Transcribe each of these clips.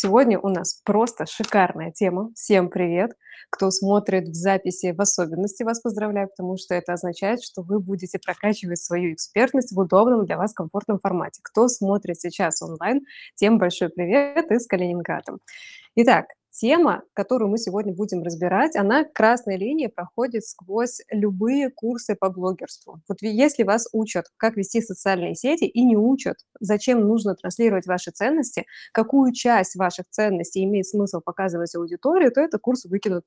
Сегодня у нас просто шикарная тема. Всем привет! Кто смотрит в записи, в особенности вас поздравляю, потому что это означает, что вы будете прокачивать свою экспертность в удобном для вас комфортном формате. Кто смотрит сейчас онлайн, тем большой привет из Калининграда. Итак, тема, которую мы сегодня будем разбирать, она красной линией проходит сквозь любые курсы по блогерству. Если вас учат, как вести социальные сети, и не учат, зачем нужно транслировать ваши ценности, какую часть ваших ценностей имеет смысл показывать аудитории, то это курс,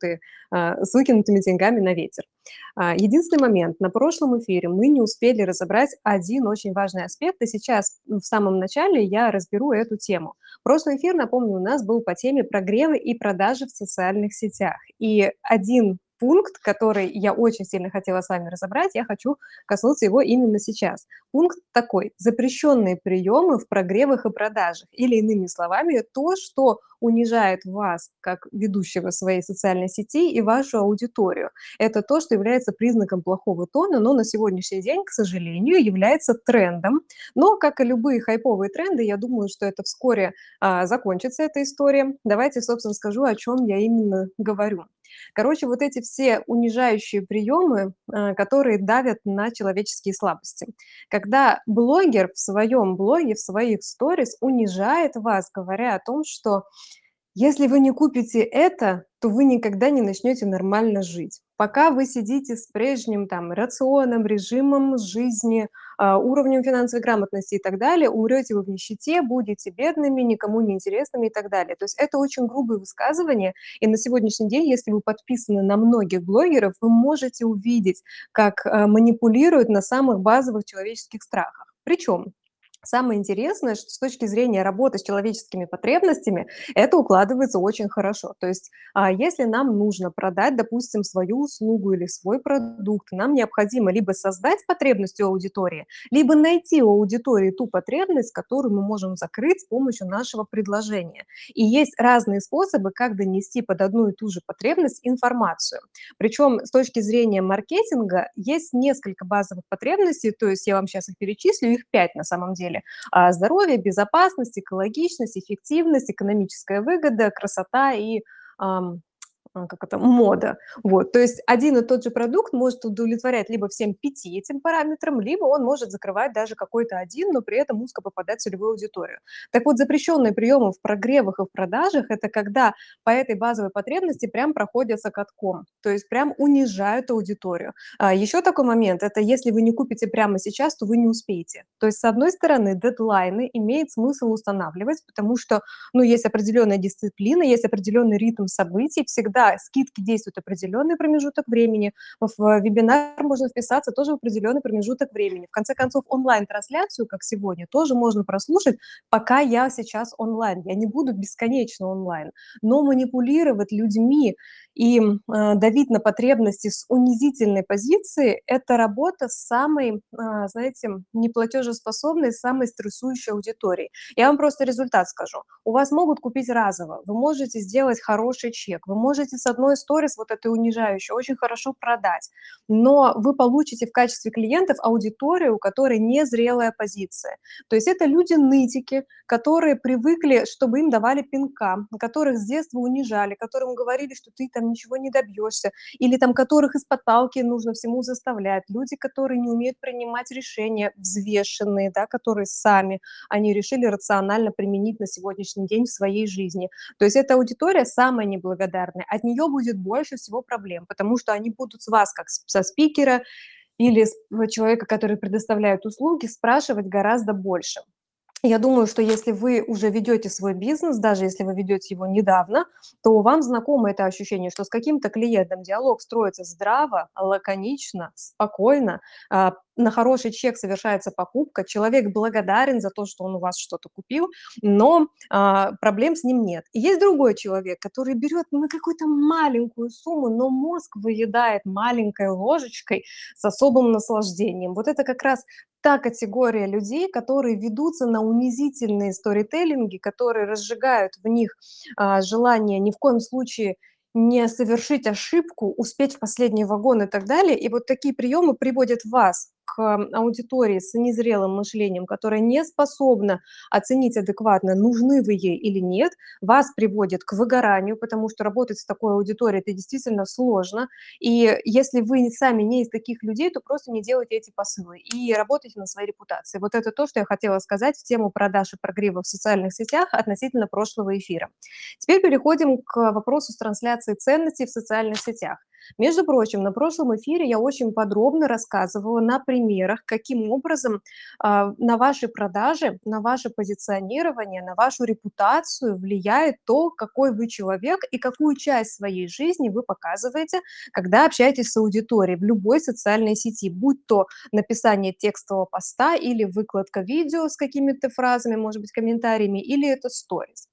с выкинутыми деньгами на ветер. Единственный момент. На прошлом эфире мы не успели разобрать один очень важный аспект, и сейчас в самом начале я разберу эту тему. Прошлый эфир, напомню, у нас был по теме прогревы и продажи в социальных сетях. И один пункт, который я очень сильно хотела с вами разобрать, я хочу коснуться его именно сейчас. Пункт такой: запрещенные приемы в прогревах и продажах. Или иными словами, то, что унижает вас как ведущего своей социальной сети и вашу аудиторию. Это то, что является признаком плохого тона, но на сегодняшний день, к сожалению, является трендом. Но, как и любые хайповые тренды, я думаю, что это вскоре закончится эта история. Давайте, собственно, скажу, о чем я именно говорю. Короче, вот эти все унижающие приемы, которые давят на человеческие слабости. Когда блогер в своем блоге, в своих сторис унижает вас, говоря о том, что если вы не купите это, то вы никогда не начнете нормально жить. Пока вы сидите с прежним там рационом, режимом жизни, уровнем финансовой грамотности и так далее, умрете вы в нищете, будете бедными, никому не интересными и так далее. То есть это очень грубые высказывания, и на сегодняшний день, если вы подписаны на многих блогеров, вы можете увидеть, как манипулируют на самых базовых человеческих страхах. Причем самое интересное, что с точки зрения работы с человеческими потребностями, это укладывается очень хорошо. То есть, если нам нужно продать, допустим, свою услугу или свой продукт, нам необходимо либо создать потребность у аудитории, либо найти у аудитории ту потребность, которую мы можем закрыть с помощью нашего предложения. И есть разные способы, как донести под одну и ту же потребность информацию. Причем с точки зрения маркетинга есть несколько базовых потребностей, то есть я вам сейчас их перечислю, их 5 на самом деле. Здоровье, безопасность, экологичность, эффективность, экономическая выгода, красота и мода. Вот. То есть один и тот же продукт может удовлетворять либо всем 5 этим параметрам, либо он может закрывать даже какой-то один, но при этом узко попадать в целевую аудиторию. Так вот, запрещенные приемы в прогревах и в продажах – это когда по этой базовой потребности прям проходятся катком, то есть прям унижают аудиторию. Еще такой момент – это если вы не купите прямо сейчас, то вы не успеете. То есть, с одной стороны, дедлайны имеет смысл устанавливать, потому что есть определенная дисциплина, есть определенный ритм событий, всегда скидки действуют определенный промежуток времени, в вебинар можно вписаться тоже в определенный промежуток времени. В конце концов, онлайн-трансляцию, как сегодня, тоже можно прослушать, пока я сейчас онлайн. Я не буду бесконечно онлайн, но манипулировать людьми и давить на потребности с унизительной позиции – это работа с самой, знаете, неплатежеспособной, самой стрессующей аудиторией. Я вам просто результат скажу. У вас могут купить разово, вы можете сделать хороший чек, вы можете с одной сторис вот этой унижающей очень хорошо продать, но вы получите в качестве клиентов аудиторию, у которой незрелая позиция. То есть это люди-нытики, которые привыкли, чтобы им давали пинка, которых с детства унижали, которым говорили, что ты там ничего не добьешься, или там которых из-под палки нужно всему заставлять. Люди, которые не умеют принимать решения взвешенные, да, которые сами они решили рационально применить на сегодняшний день в своей жизни. То есть эта аудитория самая неблагодарная. От нее будет больше всего проблем, потому что они будут с вас, как со спикера или с человека, который предоставляет услуги, спрашивать гораздо больше. Я думаю, что если вы уже ведете свой бизнес, даже если вы ведете его недавно, то вам знакомо это ощущение, что с каким-то клиентом диалог строится здраво, лаконично, спокойно, на хороший чек совершается покупка, человек благодарен за то, что он у вас что-то купил, но проблем с ним нет. И есть другой человек, который берет на какую-то маленькую сумму, но мозг выедает маленькой ложечкой с особым наслаждением. Вот это как раз та категория людей, которые ведутся на унизительные сторителлинги, которые разжигают в них желание ни в коем случае не совершить ошибку, успеть в последний вагон и так далее. И вот такие приемы приводят вас к аудитории с незрелым мышлением, которая не способна оценить адекватно, нужны вы ей или нет, вас приводит к выгоранию, потому что работать с такой аудиторией это действительно сложно. И если вы сами не из таких людей, то просто не делайте эти посылы и работайте на своей репутации. Вот это то, что я хотела сказать в тему продаж и прогрева в социальных сетях относительно прошлого эфира. Теперь переходим к вопросу с трансляцией ценностей в социальных сетях. Между прочим, на прошлом эфире я очень подробно рассказывала на примерах, каким образом на ваши продажи, на ваше позиционирование, на вашу репутацию влияет то, какой вы человек и какую часть своей жизни вы показываете, когда общаетесь с аудиторией в любой социальной сети, будь то написание текстового поста или выкладка видео с какими-то фразами, может быть, комментариями, или это сторис.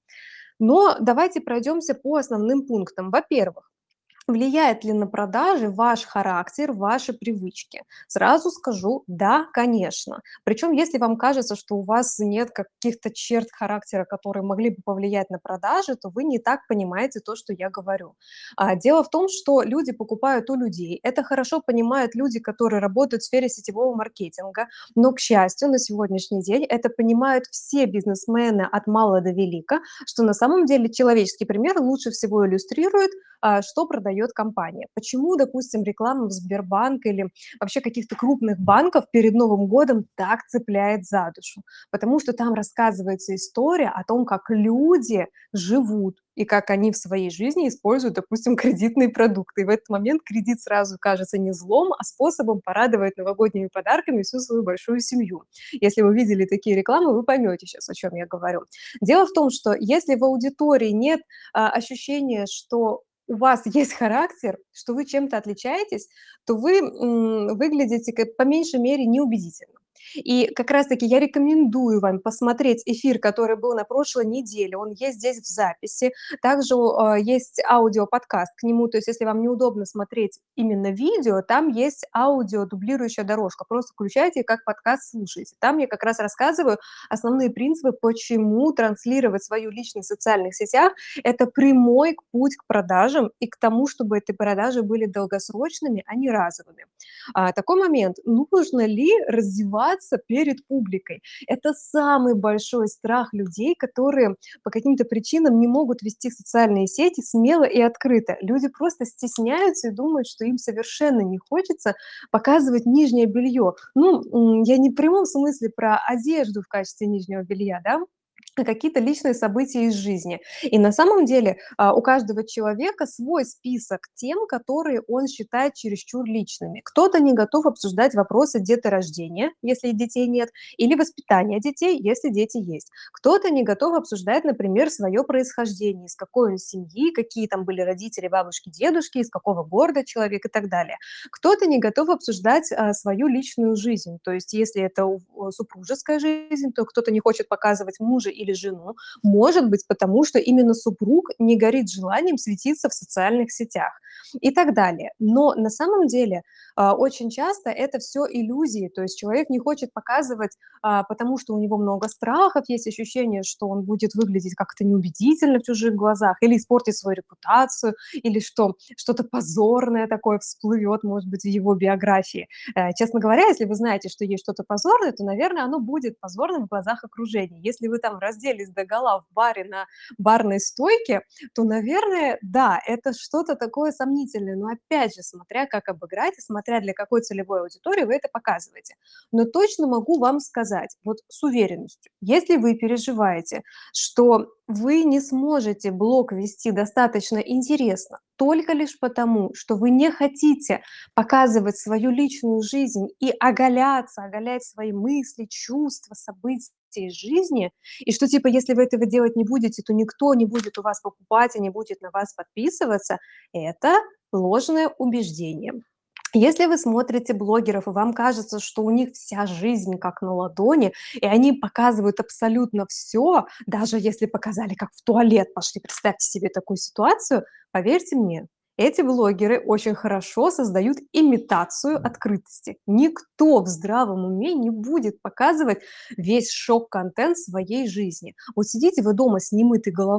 Но давайте пройдемся по основным пунктам. Во-первых, влияет ли на продажи ваш характер, ваши привычки? Сразу скажу, да, конечно. Причем, если вам кажется, что у вас нет каких-то черт характера, которые могли бы повлиять на продажи, то вы не так понимаете то, что я говорю. Дело в том, что люди покупают у людей. Это хорошо понимают люди, которые работают в сфере сетевого маркетинга. Но, к счастью, на сегодняшний день это понимают все бизнесмены от мала до велика, что на самом деле человеческий пример лучше всего иллюстрирует, что продает компания. Почему, допустим, реклама в Сбербанк или вообще каких-то крупных банков перед Новым годом так цепляет за душу? Потому что там рассказывается история о том, как люди живут и как они в своей жизни используют, допустим, кредитные продукты. И в этот момент кредит сразу кажется не злом, а способом порадовать новогодними подарками всю свою большую семью. Если вы видели такие рекламы, вы поймете сейчас, о чем я говорю. Дело в том, что если в аудитории нет ощущения, что у вас есть характер, что вы чем-то отличаетесь, то вы выглядите как, по меньшей мере, неубедительно. И как раз-таки я рекомендую вам посмотреть эфир, который был на прошлой неделе. Он есть здесь в записи. Также есть аудиоподкаст к нему. То есть если вам неудобно смотреть именно видео, там есть аудио дублирующая дорожка. Просто включайте и как подкаст слушайте. Там я как раз рассказываю основные принципы, почему транслировать свою личность в социальных сетях это прямой путь к продажам и к тому, чтобы эти продажи были долгосрочными, а не разовыми. Такой момент. Нужно ли раздеваться перед публикой? Это самый большой страх людей, которые по каким-то причинам не могут вести социальные сети смело и открыто. Люди просто стесняются и думают, что им совершенно не хочется показывать нижнее белье. Ну, я не в прямом смысле про одежду в качестве нижнего белья, да, какие-то личные события из жизни. И на самом деле у каждого человека свой список тем, которые он считает чересчур личными. Кто-то не готов обсуждать вопросы деторождения, если детей нет, или воспитания детей, если дети есть. Кто-то не готов обсуждать, например, свое происхождение, из какой он семьи, какие там были родители, бабушки, дедушки, из какого города человек и так далее. Кто-то не готов обсуждать свою личную жизнь. То есть если это супружеская жизнь, то кто-то не хочет показывать мужа или жену. Может быть, потому что именно супруг не горит желанием светиться в социальных сетях и так далее. Но на самом деле очень часто это все иллюзии. То есть человек не хочет показывать, потому что у него много страхов, есть ощущение, что он будет выглядеть как-то неубедительно в чужих глазах или испортить свою репутацию, или что что-то позорное такое всплывет, может быть, в его биографии. Честно говоря, если вы знаете, что есть что-то позорное, то, наверное, оно будет позорным в глазах окружения. Если вы там разделись догола в баре на барной стойке, то, наверное, да, это что-то такое сомнительное. Но опять же, смотря как обыграть и смотря для какой целевой аудитории вы это показываете. Но точно могу вам сказать, вот с уверенностью, если вы переживаете, что вы не сможете блог вести достаточно интересно только лишь потому, что вы не хотите показывать свою личную жизнь и оголяться, оголять свои мысли, чувства, события из жизни, и что типа если вы этого делать не будете, то никто не будет у вас покупать и не будет на вас подписываться, это ложное убеждение. Если вы смотрите блогеров, и вам кажется, что у них вся жизнь как на ладони, и они показывают абсолютно все, даже если показали, как в туалет пошли, представьте себе такую ситуацию, поверьте мне, эти блогеры очень хорошо создают имитацию открытости. Никто в здравом уме не будет показывать весь шок-контент своей жизни. Вот сидите вы дома с немытой головой,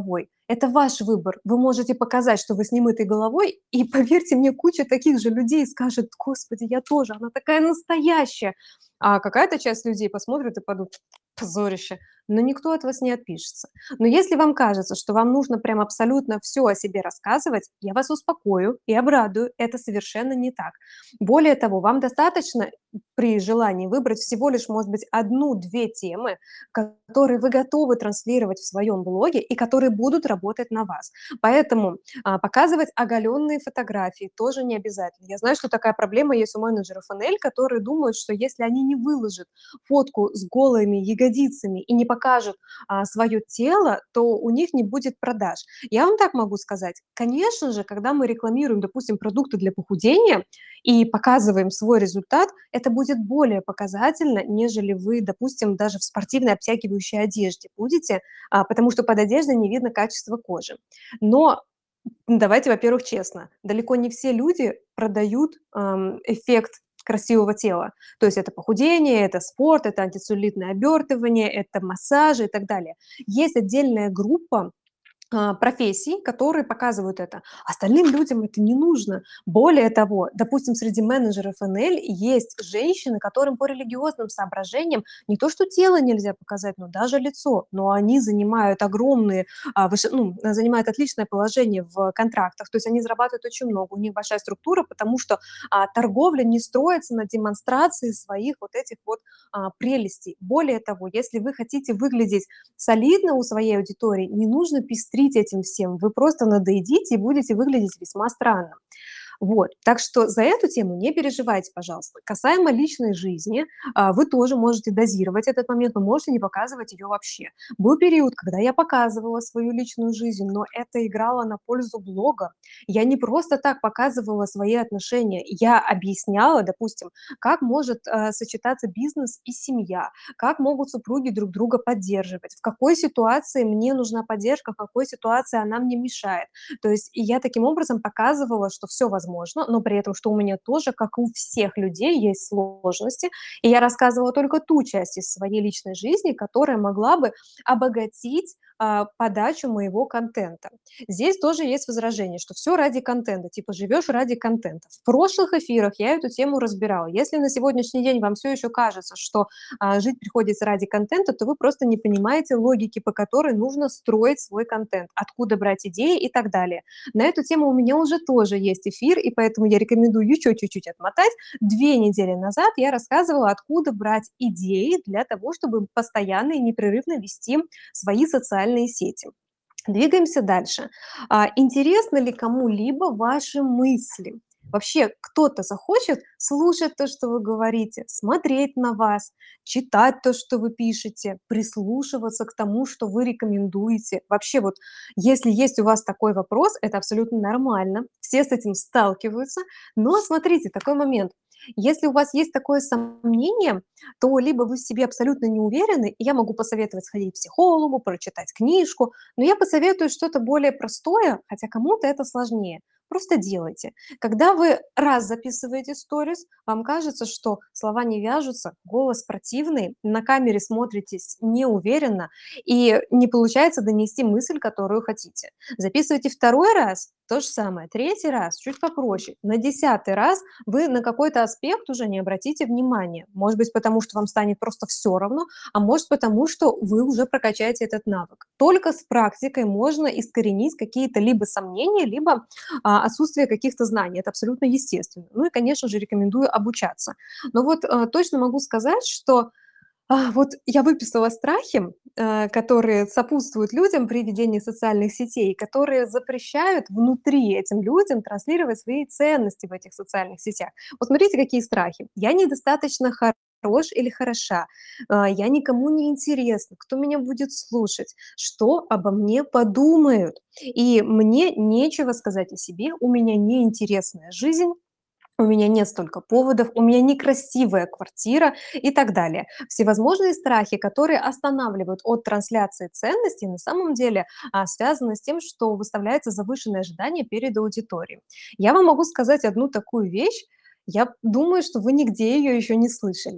Это ваш выбор. Вы можете показать, что вы с немытой головой, и, поверьте мне, куча таких же людей скажет: "Господи, я тоже, она такая настоящая". А какая-то часть людей посмотрит и подумает: "Позорище". Но никто от вас не отпишется. Но если вам кажется, что вам нужно прям абсолютно все о себе рассказывать, я вас успокою и обрадую: это совершенно не так. Более того, вам достаточно при желании выбрать всего лишь, может быть, одну-две темы, которые вы готовы транслировать в своем блоге и которые будут работать на вас. Поэтому показывать оголенные фотографии тоже не обязательно. Я знаю, что такая проблема есть у менеджеров НЛ, которые думают, что если они не выложат фотку с голыми ягодицами и не покажут свое тело, то у них не будет продаж. Я вам так могу сказать. Конечно же, когда мы рекламируем, допустим, продукты для похудения и показываем свой результат, это будет более показательно, нежели вы, допустим, даже в спортивной обтягивающей одежде будете, потому что под одеждой не видно качество кожи. Но давайте, во-первых, честно, далеко не все люди продают эффект красивого тела. То есть это похудение, это спорт, это антицеллюлитное обертывание, это массажи и так далее. Есть отдельная группа профессий, которые показывают это. Остальным людям это не нужно. Более того, допустим, среди менеджеров НЛ есть женщины, которым по религиозным соображениям не то, что тело нельзя показать, но даже лицо. Но они занимают огромные, занимают отличное положение в контрактах, то есть они зарабатывают очень много, у них большая структура, потому что торговля не строится на демонстрации своих вот этих вот прелестей. Более того, если вы хотите выглядеть солидно у своей аудитории, не нужно пестрить этим всем. Вы просто надоедите и будете выглядеть весьма странно. Вот. Так что за эту тему не переживайте, пожалуйста. Касаемо личной жизни, вы тоже можете дозировать этот момент, но можете не показывать ее вообще. Был период, когда я показывала свою личную жизнь, но это играло на пользу блога. Я не просто так показывала свои отношения. Я объясняла, допустим, как может сочетаться бизнес и семья, как могут супруги друг друга поддерживать, в какой ситуации мне нужна поддержка, в какой ситуации она мне мешает. То есть и я таким образом показывала, что все возможно, но при этом, что у меня тоже, как и у всех людей, есть сложности. И я рассказывала только ту часть из своей личной жизни, которая могла бы обогатить подачу моего контента. Здесь тоже есть возражение, что все ради контента, типа живешь ради контента. В прошлых эфирах я эту тему разбирала. Если на сегодняшний день вам все еще кажется, что жить приходится ради контента, то вы просто не понимаете логики, по которой нужно строить свой контент, откуда брать идеи и так далее. На эту тему у меня уже тоже есть эфир, и поэтому я рекомендую еще чуть-чуть отмотать. 2 недели назад я рассказывала, откуда брать идеи для того, чтобы постоянно и непрерывно вести свои социальные сети. Двигаемся дальше. Интересны ли кому-либо ваши мысли? Вообще кто-то захочет слушать то, что вы говорите, смотреть на вас, читать то, что вы пишете, прислушиваться к тому, что вы рекомендуете. Вообще вот, если есть у вас такой вопрос, это абсолютно нормально. Все с этим сталкиваются. Но смотрите, такой момент. Если у вас есть такое сомнение, то либо вы в себе абсолютно не уверены, и я могу посоветовать сходить к психологу, прочитать книжку, но я посоветую что-то более простое, хотя кому-то это сложнее. Просто делайте. Когда вы раз записываете сторис, вам кажется, что слова не вяжутся, голос противный, на камере смотритесь неуверенно и не получается донести мысль, которую хотите. Записывайте второй раз, то же самое. Третий раз, чуть попроще. На 10-й раз вы на какой-то аспект уже не обратите внимания. Может быть, потому что вам станет просто все равно, а может потому, что вы уже прокачаете этот навык. Только с практикой можно искоренить какие-то либо сомнения, либо отсутствие каких-то знаний. Это абсолютно естественно. Ну и, конечно же, рекомендую обучаться. Но вот точно могу сказать, что вот я выписала страхи, которые сопутствуют людям при ведении социальных сетей, которые запрещают внутри этим людям транслировать свои ценности в этих социальных сетях. Вот смотрите, какие страхи. Я недостаточно хорош или хороша, я никому не интересна, кто меня будет слушать, что обо мне подумают. И мне нечего сказать о себе, у меня неинтересная жизнь, у меня нет столько поводов, у меня некрасивая квартира и так далее. Всевозможные страхи, которые останавливают от трансляции ценностей, на самом деле связаны с тем, что выставляется завышенное ожидание перед аудиторией. Я вам могу сказать одну такую вещь, я думаю, что вы нигде ее еще не слышали.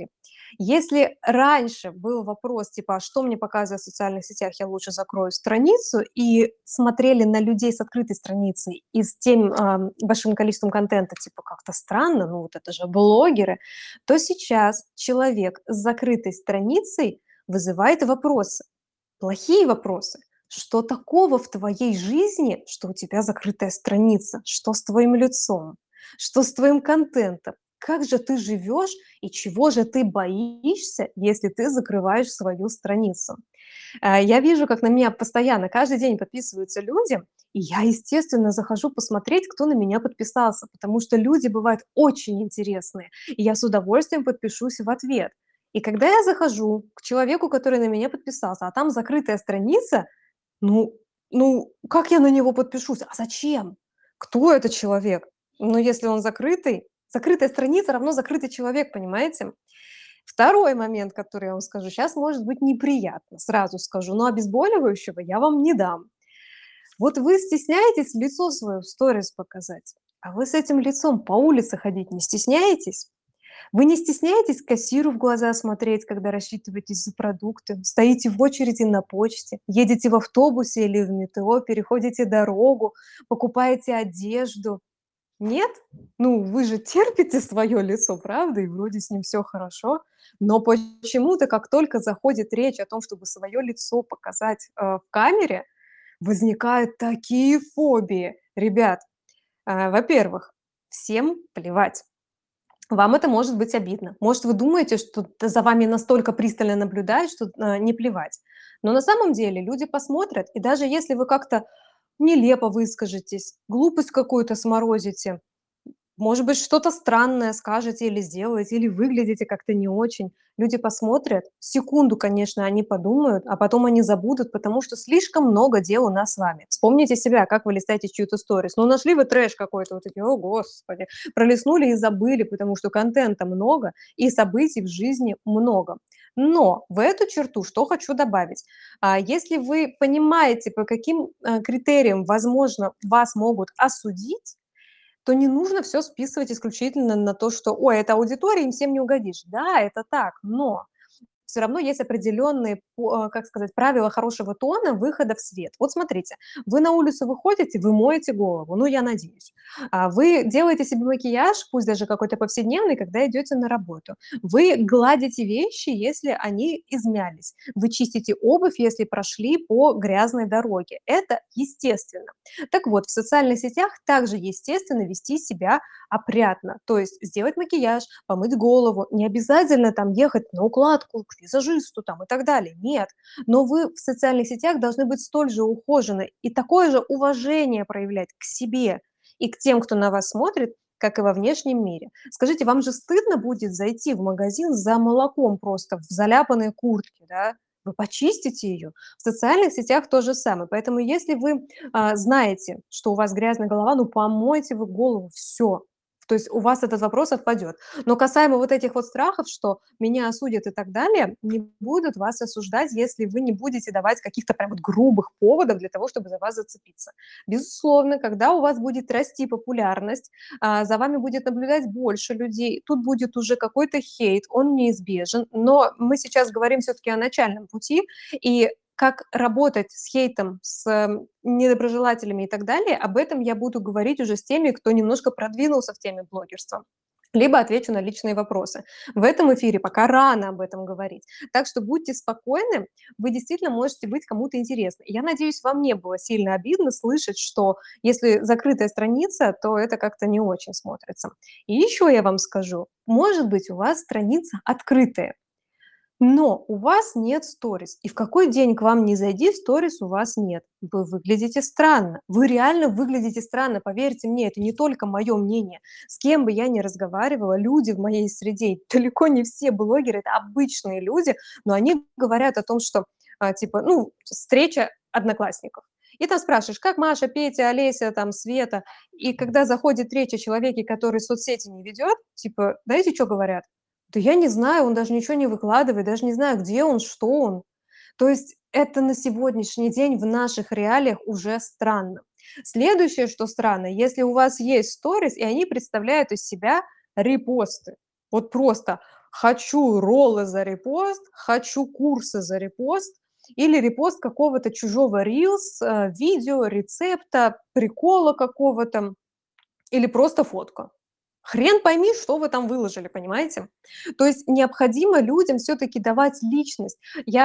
Если раньше был вопрос типа: "А что мне показывают в социальных сетях? Я лучше закрою страницу", и смотрели на людей с открытой страницей и с тем, большим количеством контента, типа: "Как-то странно, ну вот это же блогеры", то сейчас человек с закрытой страницей вызывает вопросы, плохие вопросы. Что такого в твоей жизни, что у тебя закрытая страница? Что с твоим лицом? Что с твоим контентом? Как же ты живешь и чего же ты боишься, если ты закрываешь свою страницу? Я вижу, как на меня постоянно каждый день подписываются люди, и я, естественно, захожу посмотреть, кто на меня подписался, потому что люди бывают очень интересные, и я с удовольствием подпишусь в ответ. И когда я захожу к человеку, который на меня подписался, а там закрытая страница, ну как я на него подпишусь? А зачем? Кто этот человек? Ну, если он закрытый, закрытая страница равно закрытый человек, понимаете? Второй момент, который я вам скажу, сейчас может быть неприятно, сразу скажу, но обезболивающего я вам не дам. Вот вы стесняетесь лицо свое в сторис показать, а вы с этим лицом по улице ходить не стесняетесь? Вы не стесняетесь кассиру в глаза смотреть, когда рассчитываетесь за продукты? Стоите в очереди на почте, едете в автобусе или в метро, переходите дорогу, покупаете одежду. Нет? Ну, вы же терпите свое лицо, правда? И вроде с ним все хорошо. Но почему-то, как только заходит речь о том, чтобы свое лицо показать, в камере, возникают такие фобии. Ребят, во-первых, всем плевать. Вам это может быть обидно. Может, вы думаете, что за вами настолько пристально наблюдают, что, не плевать. Но на самом деле люди посмотрят, и даже если вы как-то нелепо выскажетесь, глупость какую-то сморозите, может быть, что-то странное скажете или сделаете, или выглядите как-то не очень. Люди посмотрят, секунду, конечно, они подумают, а потом они забудут, потому что слишком много дел у нас с вами. Вспомните себя, как вы листаете чью-то сторис. Ну, нашли вы трэш какой-то, вот такие, о, господи. Пролистнули и забыли, потому что контента много и событий в жизни много. Но в эту черту что хочу добавить. Если вы понимаете, по каким критериям, возможно, вас могут осудить, то не нужно все списывать исключительно на то, что: "Ой, это аудитория, им всем не угодишь". Да, это так, но все равно есть определенные, как сказать, правила хорошего тона выхода в свет. Вот смотрите, вы на улицу выходите, вы моете голову, ну, я надеюсь. Вы делаете себе макияж, пусть даже какой-то повседневный, когда идете на работу. Вы гладите вещи, если они измялись. Вы чистите обувь, если прошли по грязной дороге. Это естественно. Так вот, в социальных сетях также естественно вести себя опрятно. То есть сделать макияж, помыть голову. Не обязательно там ехать на укладку, к визажисту там и так далее. Нет. Но вы в социальных сетях должны быть столь же ухожены и такое же уважение проявлять к себе и к тем, кто на вас смотрит, как и во внешнем мире. Скажите, вам же стыдно будет зайти в магазин за молоком просто в заляпанной куртке, да? Вы почистите ее. В социальных сетях то же самое. Поэтому если вы знаете, что у вас грязная голова, ну помойте вы голову, все. То есть у вас этот вопрос отпадет. Но касаемо вот этих вот страхов, что меня осудят и так далее, не будут вас осуждать, если вы не будете давать каких-то прям вот грубых поводов для того, чтобы за вас зацепиться. Безусловно, когда у вас будет расти популярность, за вами будет наблюдать больше людей, тут будет уже какой-то хейт, он неизбежен. Но мы сейчас говорим все-таки о начальном пути, и как работать с хейтом, с недоброжелателями и так далее, об этом я буду говорить уже с теми, кто немножко продвинулся в теме блогерства. Либо отвечу на личные вопросы. В этом эфире пока рано об этом говорить. Так что будьте спокойны, вы действительно можете быть кому-то интересны. Я надеюсь, вам не было сильно обидно слышать, что если закрытая страница, то это как-то не очень смотрится. И еще я вам скажу, может быть, у вас страница открытая, но у вас нет сторис. И в какой день к вам не зайди, сторис у вас нет. Вы выглядите странно. Вы реально выглядите странно. Поверьте мне, это не только мое мнение. С кем бы я ни разговаривала, люди в моей среде, и далеко не все блогеры, это обычные люди, но они говорят о том, что типа, ну, встреча одноклассников. И там спрашиваешь, как Маша, Петя, Олеся, там, Света. И когда заходит речь о человеке, который соцсети не ведет, типа, знаете, что говорят? Да я не знаю, он даже ничего не выкладывает, даже не знаю, где он, что он. То есть это на сегодняшний день в наших реалиях уже странно. Следующее, что странно, если у вас есть сторис, и они представляют из себя репосты. Вот просто хочу роллы за репост, хочу курсы за репост или репост какого-то чужого рилс, видео, рецепта, прикола какого-то или просто фотка. Хрен пойми, что вы там выложили, понимаете? То есть необходимо людям все-таки давать личность.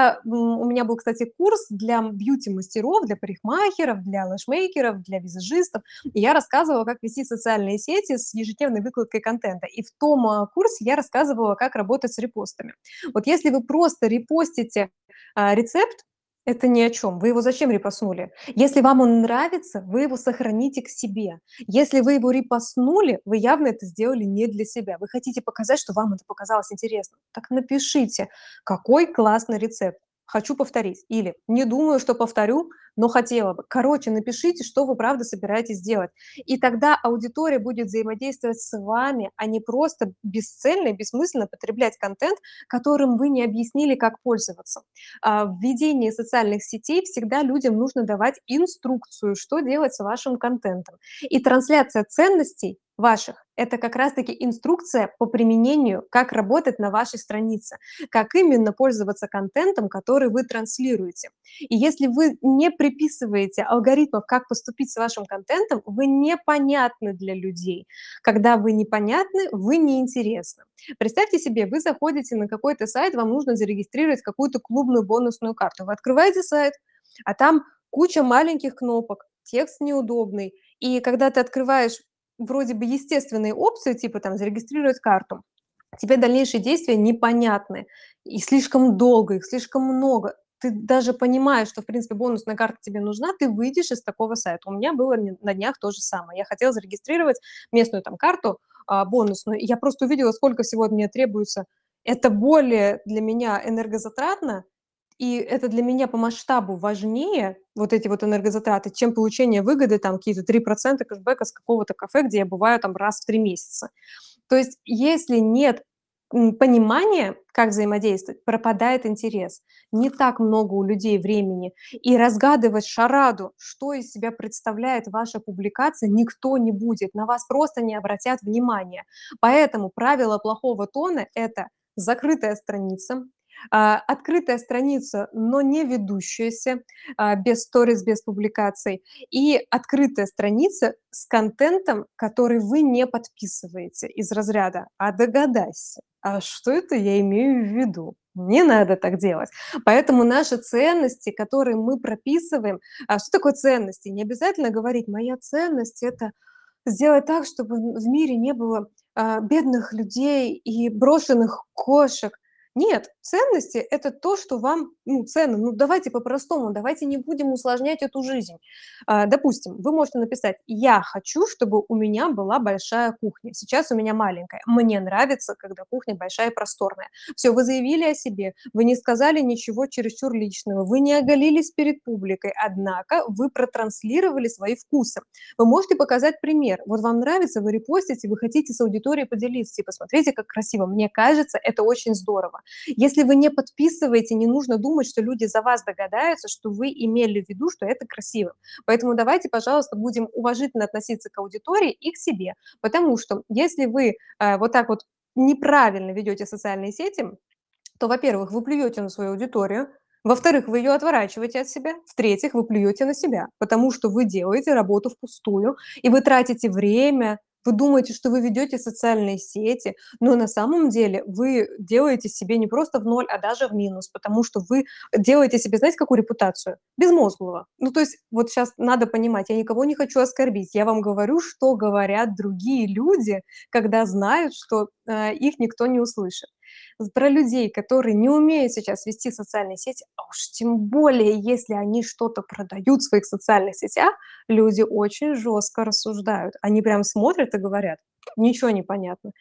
У меня был, кстати, курс для бьюти-мастеров, для парикмахеров, для лэшмейкеров, для визажистов. И я рассказывала, как вести социальные сети с ежедневной выкладкой контента. И в том курсе я рассказывала, как работать с репостами. Вот если вы просто репостите рецепт, это ни о чем. Вы его зачем репостнули? Если вам он нравится, вы его сохраните к себе. Если вы его репостнули, вы явно это сделали не для себя. Вы хотите показать, что вам это показалось интересным. Так напишите, какой классный рецепт. Хочу повторить. Или не думаю, что повторю, но хотела бы. Короче, напишите, что вы правда собираетесь делать. И тогда аудитория будет взаимодействовать с вами, а не просто бесцельно и бессмысленно потреблять контент, которым вы не объяснили, как пользоваться. В ведении социальных сетей всегда людям нужно давать инструкцию, что делать с вашим контентом. И трансляция ценностей ваших — это как раз-таки инструкция по применению, как работать на вашей странице, как именно пользоваться контентом, который вы транслируете. И если вы не приписываете алгоритмов, как поступить с вашим контентом, вы непонятны для людей. Когда вы непонятны, вы неинтересны. Представьте себе, вы заходите на какой-то сайт, вам нужно зарегистрировать какую-то клубную бонусную карту. Вы открываете сайт, а там куча маленьких кнопок, текст неудобный. И когда ты открываешь вроде бы естественные опции, типа там зарегистрировать карту, тебе дальнейшие действия непонятны. И слишком долго, их слишком много. Ты даже понимаешь, что, в принципе, бонусная карта тебе нужна, ты выйдешь из такого сайта. У меня было на днях то же самое. Я хотела зарегистрировать местную там карту бонусную, и я просто увидела, сколько всего от меня требуется. Это более для меня энергозатратно, и это для меня по масштабу важнее, вот эти вот энергозатраты, чем получение выгоды, там какие-то 3% кэшбэка с какого-то кафе, где я бываю там раз в 3 месяца. То есть если нет, понимания, как взаимодействовать, пропадает интерес. Не так много у людей времени. И разгадывать шараду, что из себя представляет ваша публикация, никто не будет. На вас просто не обратят внимания. Поэтому правило плохого тона — это закрытая страница, открытая страница, но не ведущаяся, без сторис, без публикаций, и открытая страница с контентом, который вы не подписываете, из разряда «А догадайся, а что это я имею в виду?» Не надо так делать. Поэтому наши ценности, которые мы прописываем. Что такое ценности? Не обязательно говорить: «Моя ценность — это сделать так, чтобы в мире не было бедных людей и брошенных кошек». Нет, ценности — это то, что вам, ценно. Ну, давайте по-простому, давайте не будем усложнять эту жизнь. Допустим, вы можете написать: «Я хочу, чтобы у меня была большая кухня. Сейчас у меня маленькая. Мне нравится, когда кухня большая и просторная». Все, вы заявили о себе, вы не сказали ничего чересчур личного, вы не оголились перед публикой, однако вы протранслировали свои вкусы. Вы можете показать пример. Вот вам нравится, вы репостите, вы хотите с аудиторией поделиться. Типа, смотрите, как красиво. Мне кажется, это очень здорово. Если вы не подписываете, не нужно думать, что люди за вас догадаются, что вы имели в виду, что это красиво. Поэтому давайте, пожалуйста, будем уважительно относиться к аудитории и к себе. Потому что если вы вот так вот неправильно ведете социальные сети, то, во-первых, вы плюете на свою аудиторию, во-вторых, вы ее отворачиваете от себя, в-третьих, вы плюете на себя, потому что вы делаете работу впустую, и вы тратите время, вы думаете, что вы ведете социальные сети, но на самом деле вы делаете себе не просто в ноль, а даже в минус, потому что вы делаете себе, знаете, какую репутацию? Безмозглого. Ну, то есть вот сейчас надо понимать, я никого не хочу оскорбить, я вам говорю, что говорят другие люди, когда знают, что их никто не услышит. Про людей, которые не умеют сейчас вести социальные сети, а уж тем более, если они что-то продают в своих социальных сетях, люди очень жестко рассуждают. Они прям смотрят и говорят: «Ничего не понятно».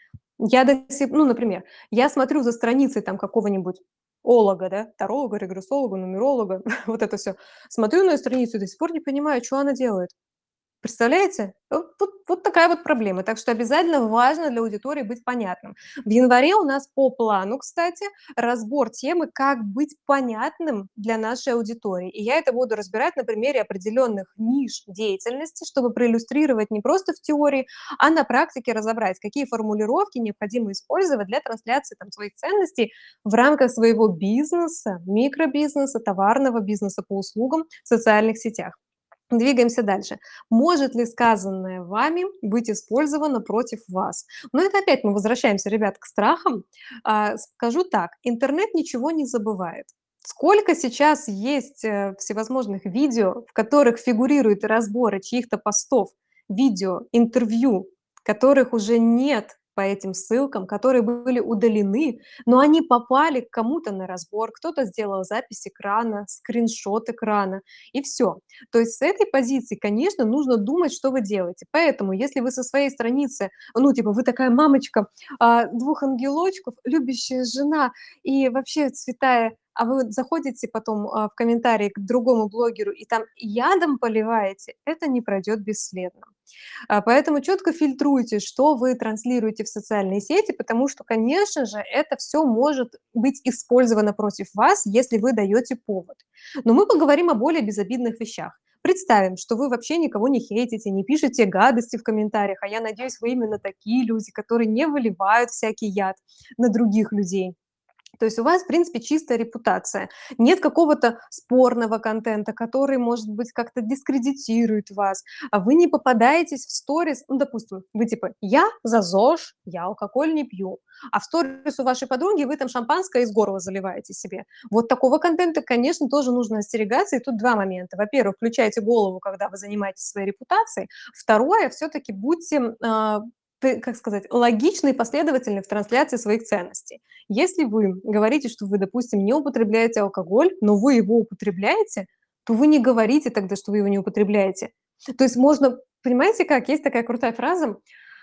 Ну, например, я смотрю за страницей там какого-нибудь олога, да, таролога, регрессолога, нумеролога, вот это все. Смотрю на её страницу и до сих пор не понимаю, что она делает. Представляете? Вот такая вот проблема. Так что обязательно важно для аудитории быть понятным. В январе у нас по плану, кстати, разбор темы, как быть понятным для нашей аудитории. И я это буду разбирать на примере определенных ниш деятельности, чтобы проиллюстрировать не просто в теории, а на практике разобрать, какие формулировки необходимо использовать для трансляции там, своих ценностей в рамках своего бизнеса, микробизнеса, товарного бизнеса по услугам в социальных сетях. Двигаемся дальше. Может ли сказанное вами быть использовано против вас? Но это опять мы возвращаемся, ребят, к страхам. Скажу так, интернет ничего не забывает. Сколько сейчас есть всевозможных видео, в которых фигурируют разборы чьих-то постов, видео, интервью, которых уже нет по этим ссылкам, которые были удалены, но они попали к кому-то на разбор, кто-то сделал запись экрана, скриншот экрана, и все. То есть с этой позиции, конечно, нужно думать, что вы делаете. Поэтому, если вы со своей страницы, ну, типа, вы такая мамочка, 2 ангелочков, любящая жена и вообще святая, а вы вот заходите потом, в комментарии к другому блогеру и там ядом поливаете, это не пройдет бесследно. Поэтому четко фильтруйте, что вы транслируете в социальные сети, потому что, конечно же, это все может быть использовано против вас, если вы даете повод. Но мы поговорим о более безобидных вещах. Представим, что вы вообще никого не хейтите, не пишете гадости в комментариях, а я надеюсь, вы именно такие люди, которые не выливают всякий яд на других людей. То есть у вас, в принципе, чистая репутация. Нет какого-то спорного контента, который, может быть, как-то дискредитирует вас. А вы не попадаетесь в сторис. Ну, допустим, вы типа «я за ЗОЖ, я алкоголь не пью», а в сторис у вашей подруги вы там шампанское из горла заливаете себе. Вот такого контента, конечно, тоже нужно остерегаться. И тут два момента. Во-первых, включайте голову, когда вы занимаетесь своей репутацией. Второе, все-таки будьте как сказать, логичны и последовательны в трансляции своих ценностей. Если вы говорите, что вы, допустим, не употребляете алкоголь, но вы его употребляете, то вы не говорите тогда, что вы его не употребляете. То есть можно, понимаете как, есть такая крутая фраза,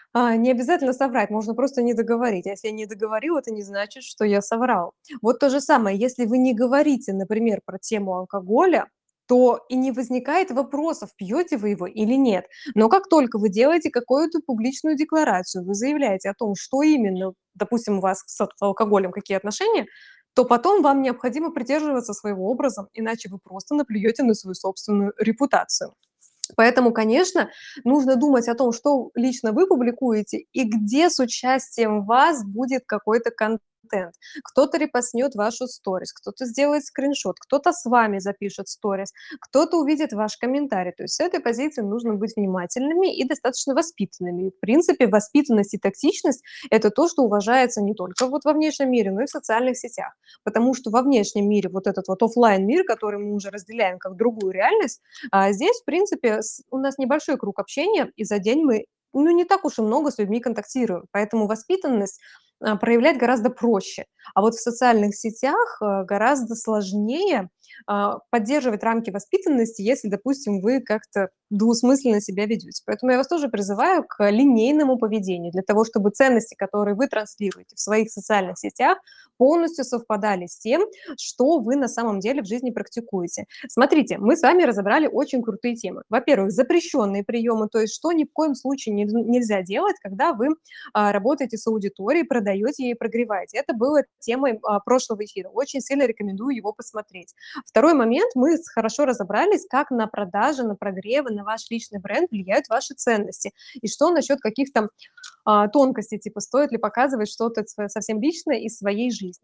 не обязательно соврать, можно просто не договорить. А если я не договорил, это не значит, что я соврал. Вот то же самое, если вы не говорите, например, про тему алкоголя, то и не возникает вопросов, пьете вы его или нет. Но как только вы делаете какую-то публичную декларацию, вы заявляете о том, что именно, допустим, у вас с алкоголем какие отношения, то потом вам необходимо придерживаться своего образа, иначе вы просто наплюете на свою собственную репутацию. Поэтому, конечно, нужно думать о том, что лично вы публикуете и где с участием вас будет какой-то контент. Кто-то репостнет вашу сторис, кто-то сделает скриншот, кто-то с вами запишет сторис, кто-то увидит ваш комментарий. То есть с этой позиции нужно быть внимательными и достаточно воспитанными. И, в принципе, воспитанность и тактичность– это то, что уважается не только вот во внешнем мире, но и в социальных сетях. Потому что во внешнем мире вот этот вот оффлайн мир, который мы уже разделяем как другую реальность, здесь, в принципе, у нас небольшой круг общения, и за день мы, ну, не так уж и много с людьми контактируем. Поэтому воспитанность проявлять гораздо проще. А вот в социальных сетях гораздо сложнее поддерживать рамки воспитанности, если, допустим, вы как-то двусмысленно себя ведете. Поэтому я вас тоже призываю к линейному поведению, для того, чтобы ценности, которые вы транслируете в своих социальных сетях, полностью совпадали с тем, что вы на самом деле в жизни практикуете. Смотрите, мы с вами разобрали очень крутые темы. Во-первых, запрещенные приемы, то есть что ни в коем случае нельзя делать, когда вы работаете с аудиторией, продаете ей, прогреваете. Это было темой прошлого эфира. Очень сильно рекомендую его посмотреть. Второй момент, мы хорошо разобрались, как на продажи, на прогревы, на ваш личный бренд влияют ваши ценности. И что насчет каких-то тонкостей, типа стоит ли показывать что-то совсем личное из своей жизни.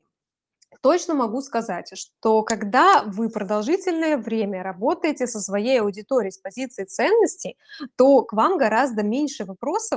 Точно могу сказать, что когда вы продолжительное время работаете со своей аудиторией с позиции ценностей, то к вам гораздо меньше вопросов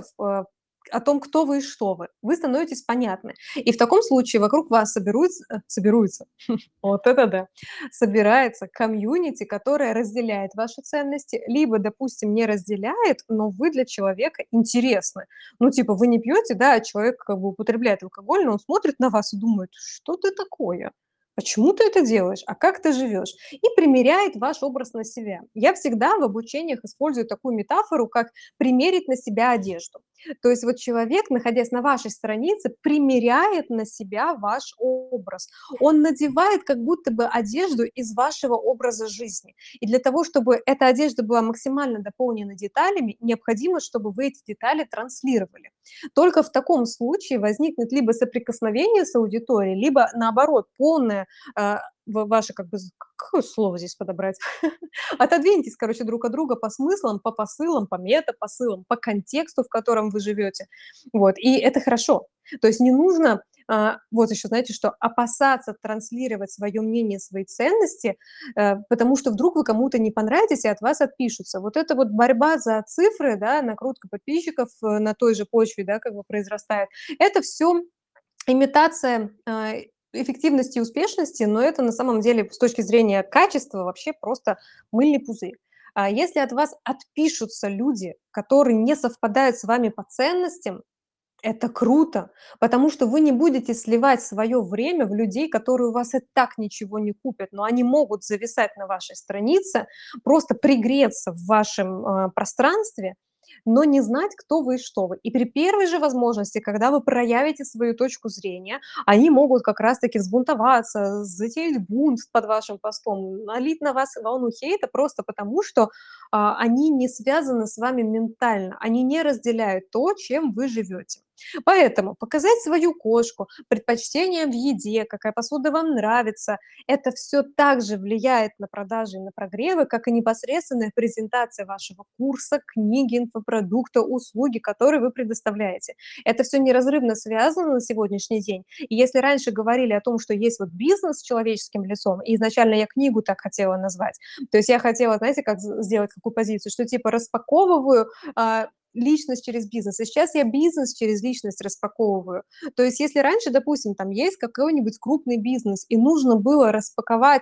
о том, кто вы и что вы. Вы становитесь понятны. И в таком случае вокруг вас соберутся, вот это да, собирается комьюнити, которое разделяет ваши ценности, либо, допустим, не разделяет, но вы для человека интересны. Ну, типа, вы не пьете, да, а человек как бы употребляет алкоголь, но он смотрит на вас и думает, что ты такое? Почему ты это делаешь? А как ты живешь? И примеряет ваш образ на себя. Я всегда в обучениях использую такую метафору, как примерить на себя одежду. То есть вот человек, находясь на вашей странице, примеряет на себя ваш образ. Он надевает как будто бы одежду из вашего образа жизни. И для того, чтобы эта одежда была максимально дополнена деталями, необходимо, чтобы вы эти детали транслировали. Только в таком случае возникнет либо соприкосновение с аудиторией, либо наоборот полное ваше как бы какое слово здесь подобрать? Отодвиньтесь, короче, друг от друга по смыслам, по посылам, по метапосылам, по контексту, в котором вы живете. Вот, и это хорошо. То есть не нужно, вот еще, знаете, что опасаться транслировать свое мнение, свои ценности, потому что вдруг вы кому-то не понравитесь и от вас отпишутся. Вот эта вот борьба за цифры, да, накрутка подписчиков на той же почве, да, как бы произрастает, это все имитация эффективности и успешности, но это на самом деле с точки зрения качества вообще просто мыльный пузырь. Если от вас отпишутся люди, которые не совпадают с вами по ценностям, это круто, потому что вы не будете сливать свое время в людей, которые у вас и так ничего не купят, но они могут зависать на вашей странице, просто пригреться в вашем пространстве, но не знать, кто вы и что вы. И при первой же возможности, когда вы проявите свою точку зрения, они могут как раз-таки взбунтоваться, затеять бунт под вашим постом, налить на вас волну хейта просто потому, что они не связаны с вами ментально, они не разделяют то, чем вы живете. Поэтому показать свою кошку, предпочтения в еде, какая посуда вам нравится, это все также влияет на продажи и на прогревы, как и непосредственная презентация вашего курса, книги, инфопродукта, услуги, которые вы предоставляете. Это все неразрывно связано на сегодняшний день. И если раньше говорили о том, что есть вот бизнес с человеческим лицом, и изначально я книгу так хотела назвать, то есть я хотела, знаете, как сделать какую позицию, что типа распаковываю личность через бизнес. И сейчас я бизнес через личность распаковываю. То есть если раньше, допустим, там есть какой-нибудь крупный бизнес, и нужно было распаковать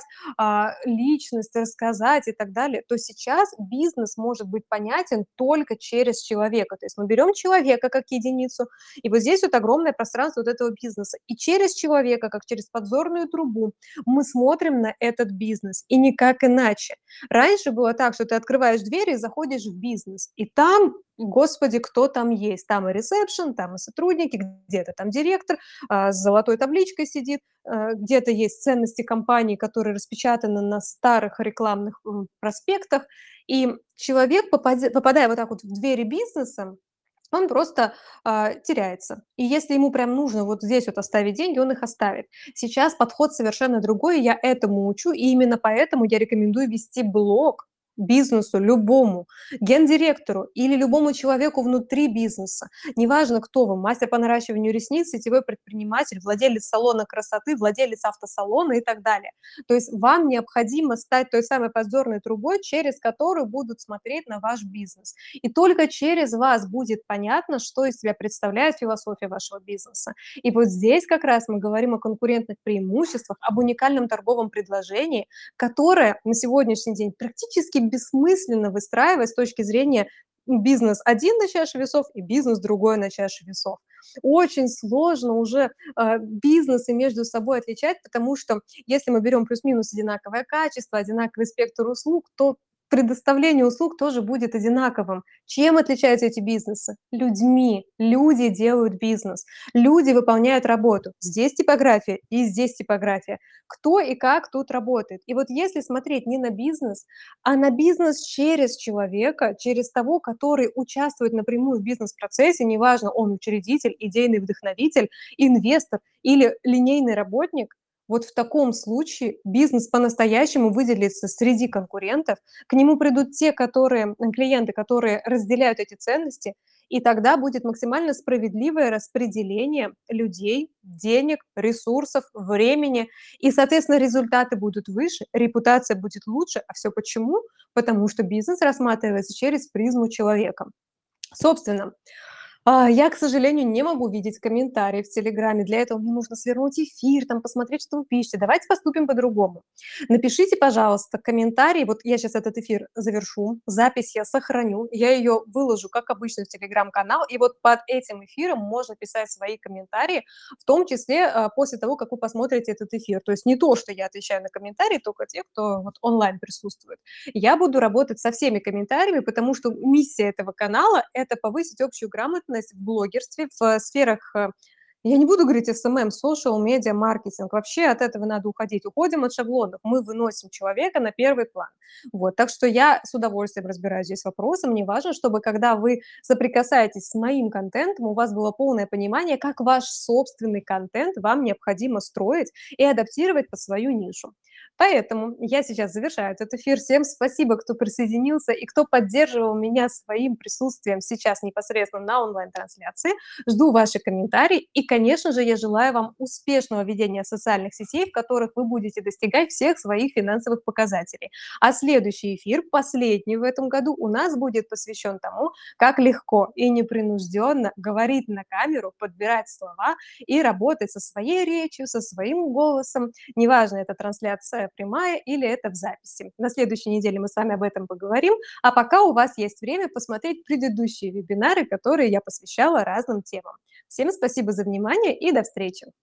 личность, рассказать и так далее, то сейчас бизнес может быть понятен только через человека. То есть мы берем человека как единицу, и вот здесь вот огромное пространство вот этого бизнеса. И через человека, как через подзорную трубу, мы смотрим на этот бизнес, и никак иначе. Раньше было так, что ты открываешь дверь и заходишь в бизнес, и там, господи, кто там есть? Там и ресепшн, там и сотрудники, где-то там директор с золотой табличкой сидит, где-то есть ценности компании, которые распечатаны на старых рекламных проспектах. И человек, попадая вот так вот в двери бизнеса, он просто теряется. И если ему прям нужно вот здесь вот оставить деньги, он их оставит. Сейчас подход совершенно другой, и я этому учу, и именно поэтому я рекомендую вести блог бизнесу любому, гендиректору или любому человеку внутри бизнеса. Неважно, кто вы, мастер по наращиванию ресниц, сетевой предприниматель, владелец салона красоты, владелец автосалона и так далее. То есть вам необходимо стать той самой подзорной трубой, через которую будут смотреть на ваш бизнес. И только через вас будет понятно, что из себя представляет философия вашего бизнеса. И вот здесь как раз мы говорим о конкурентных преимуществах, об уникальном торговом предложении, которое на сегодняшний день практически бессмысленно выстраивать с точки зрения бизнес один на чаше весов и бизнес другой на чаше весов. Очень сложно уже бизнесы между собой отличать, потому что если мы берем плюс-минус одинаковое качество, одинаковый спектр услуг, то предоставление услуг тоже будет одинаковым. Чем отличаются эти бизнесы? Людьми. Люди делают бизнес. Люди выполняют работу. Здесь типография и здесь типография. Кто и как тут работает. И вот если смотреть не на бизнес, а на бизнес через человека, через того, который участвует напрямую в бизнес-процессе, неважно, он учредитель, идейный вдохновитель, инвестор или линейный работник, вот в таком случае бизнес по-настоящему выделится среди конкурентов, к нему придут те, которые, клиенты, которые разделяют эти ценности, и тогда будет максимально справедливое распределение людей, денег, ресурсов, времени, и, соответственно, результаты будут выше, репутация будет лучше. А все почему? Потому что бизнес рассматривается через призму человека. Собственно, я, к сожалению, не могу видеть комментарии в "Телеграме". Для этого мне нужно свернуть эфир, там посмотреть, что вы пишете. Давайте поступим по-другому. Напишите, пожалуйста, комментарий. Вот я сейчас этот эфир завершу, запись я сохраню, я ее выложу, как обычно, в "Телеграм"-канал, и вот под этим эфиром можно писать свои комментарии, в том числе, после того, как вы посмотрите этот эфир. То есть не то, что я отвечаю на комментарии, только те, кто вот онлайн присутствует. Я буду работать со всеми комментариями, потому что миссия этого канала — это повысить общую грамотность экспертность в блогерстве, в сферах, я не буду говорить SMM, social media маркетинг. Вообще от этого надо уходить. Уходим от шаблонов. Мы выносим человека на первый план. Вот. Так что я с удовольствием разбираюсь здесь вопросом. Мне важно, чтобы когда вы соприкасаетесь с моим контентом, у вас было полное понимание, как ваш собственный контент вам необходимо строить и адаптировать под свою нишу. Поэтому я сейчас завершаю этот эфир. Всем спасибо, кто присоединился и кто поддерживал меня своим присутствием сейчас непосредственно на онлайн-трансляции. Жду ваши комментарии. И, конечно же, я желаю вам успешного ведения социальных сетей, в которых вы будете достигать всех своих финансовых показателей. А следующий эфир, последний в этом году, у нас будет посвящен тому, как легко и непринужденно говорить на камеру, подбирать слова и работать со своей речью, со своим голосом. Неважно, это трансляция прямая или это в записи. На следующей неделе мы с вами об этом поговорим. А пока у вас есть время посмотреть предыдущие вебинары, которые я посвящала разным темам. Всем спасибо за внимание и до встречи!